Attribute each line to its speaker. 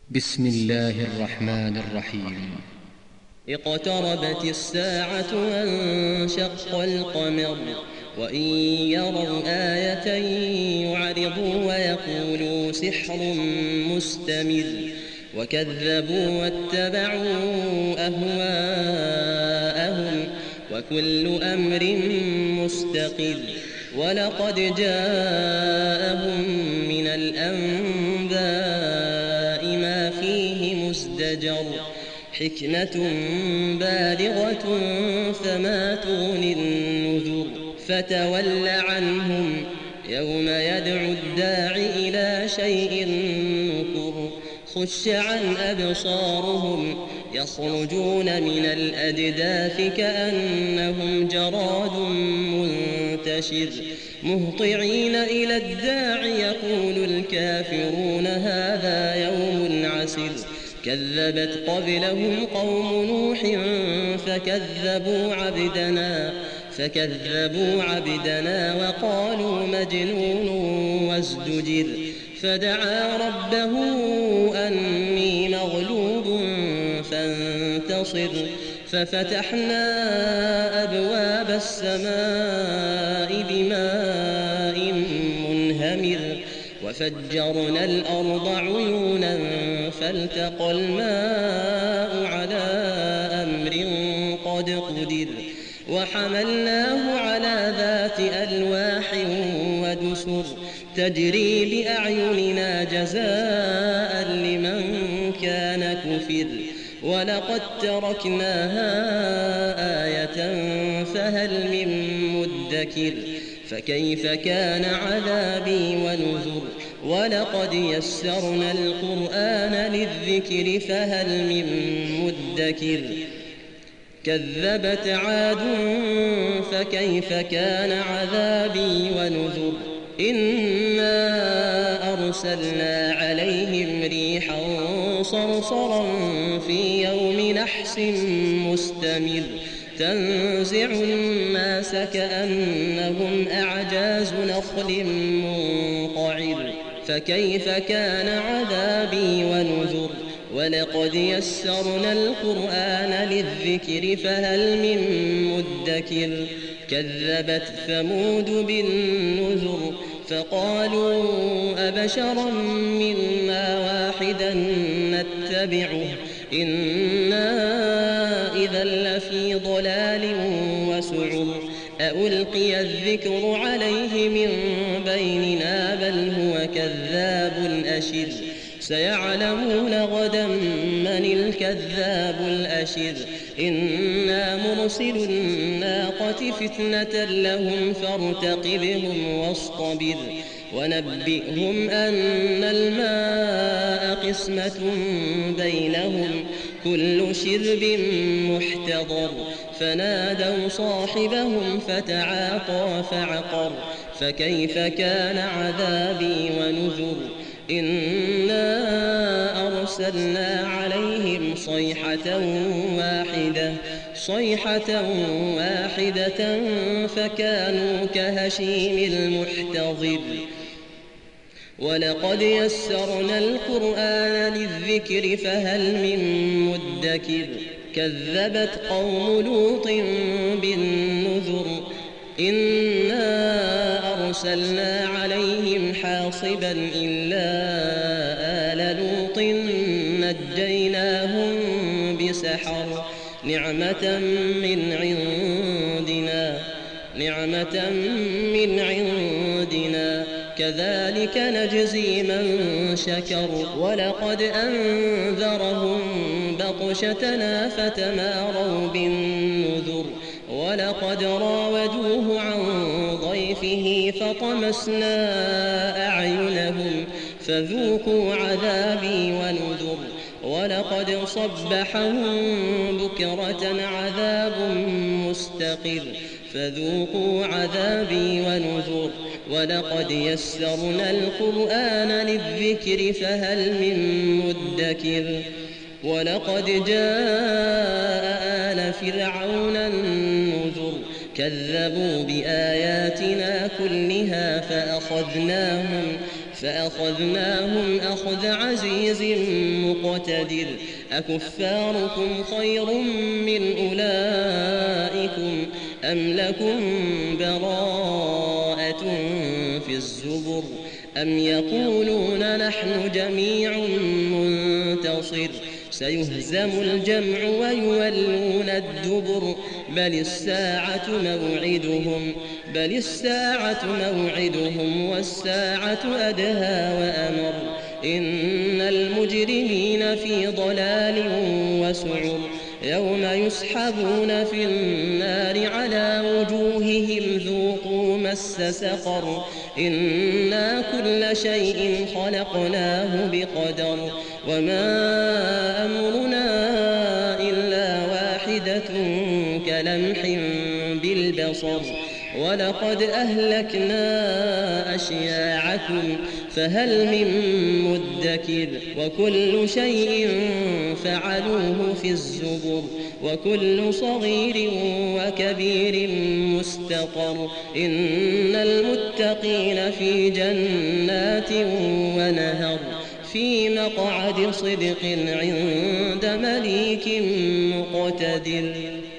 Speaker 1: بسم الله الرحمن الرحيم.
Speaker 2: اقتربت الساعة وانشق القمر وإن يروا آية يعرضوا ويقولوا سحر مستمر وكذبوا واتبعوا أهواءهم وكل أمر مستقر ولقد جاءهم من الأنباء ما فيه مزدجر حكمة بالغة فما تغني النذر فتول عنهم يوم يدعو الداع إلى شيء نكر خش عن أبصارهم يخرجون من الأجداث كأنهم جراد منتشر مهطعين إلى الداع يقول الكافرون هذا يوم عسر كذبت قبلهم قوم نوح فكذبوا عبدنا وقالوا مجنون وازدجر فدعا ربه أني مغلوب فانتصر ففتحنا أبواب السماء بماء منهمر وفجرنا الأرض عيونا فالتقى الماء على أمر قد قدر وحملناه على ذات ألواح ودسر تجري بأعيننا جزاء لمن كان كفر ولقد تركناها آية فهل من مدكر فكيف كان عذابي ونذر ولقد يسرنا القرآن للذكر فهل من مدكر كذبت عاد فكيف كان عذابي ونذر إنا أرسلنا عليهم ريحا صرصرا في يوم نحس مستمر تنزع الناس كأنهم أعجاز نخل منقعر فكيف كان عذابي ونذر ولقد يسرنا القرآن للذكر فهل من مدكر كذبت ثمود بالنذر فقالوا أبشرا منا واحدا نتبعه إنا إذا لفي ضلال وسعر ألقي الذكر عليه من بيننا بل هو كذاب أشر سيعلمون غدا من الكذاب الأشر إنا مرسل الناقة فتنة لهم فارتقبهم واصطبر ونبئهم أن الماء قسمة بينهم كل شرب محتضر فنادوا صاحبهم فتعاطى فعقر فكيف كان عذابي ونذر إنا أرسلنا عليهم صيحة واحدة فكانوا كهشيم المحتضر ولقد يسرنا القرآن للذكر فهل من مدكر كذبت قوم لوط بالنذر إنا أرسلنا عليهم حاصبا إلا آل لوط نجيناهم بسحر نعمة من عندنا كذلك نجزي من شكر ولقد أنذرهم بطشتنا فتماروا بالنذر ولقد راودوه عن ضيفه فطمسنا أعينهم فذوقوا عذابي ونذر ولقد صبحهم بكرة عذاب مستقر فذوقوا عذابي ونذر ولقد يسرنا القرآن للذكر فهل من مدكر ولقد جاء آل فرعون النذر كذبوا بآياتنا كلها فأخذناهم أخذ عزيز مقتدر أكفاركم خير من أولئكم أم لكم براءة في الزبر أم يقولون نحن جميع منتصر سيهزم الجمع ويولون الدبر بل الساعة موعدهم والساعة أدهى وأمر إن المجرمين في ضلال وسعر يوم يسحبون في النار على وجوههم ذوقوا مس سقر إنا كل شيء خلقناه بقدر وما أمرنا إلا واحدة كلمح بالبصر ولقد أهلكنا أشياعكم فهل من مدكر وكل شيء فعلوه في الزبر وكل صغير وكبير مستقر إن المتقين في جنات ونهر في مقعد صدق عند مليك مقتدر.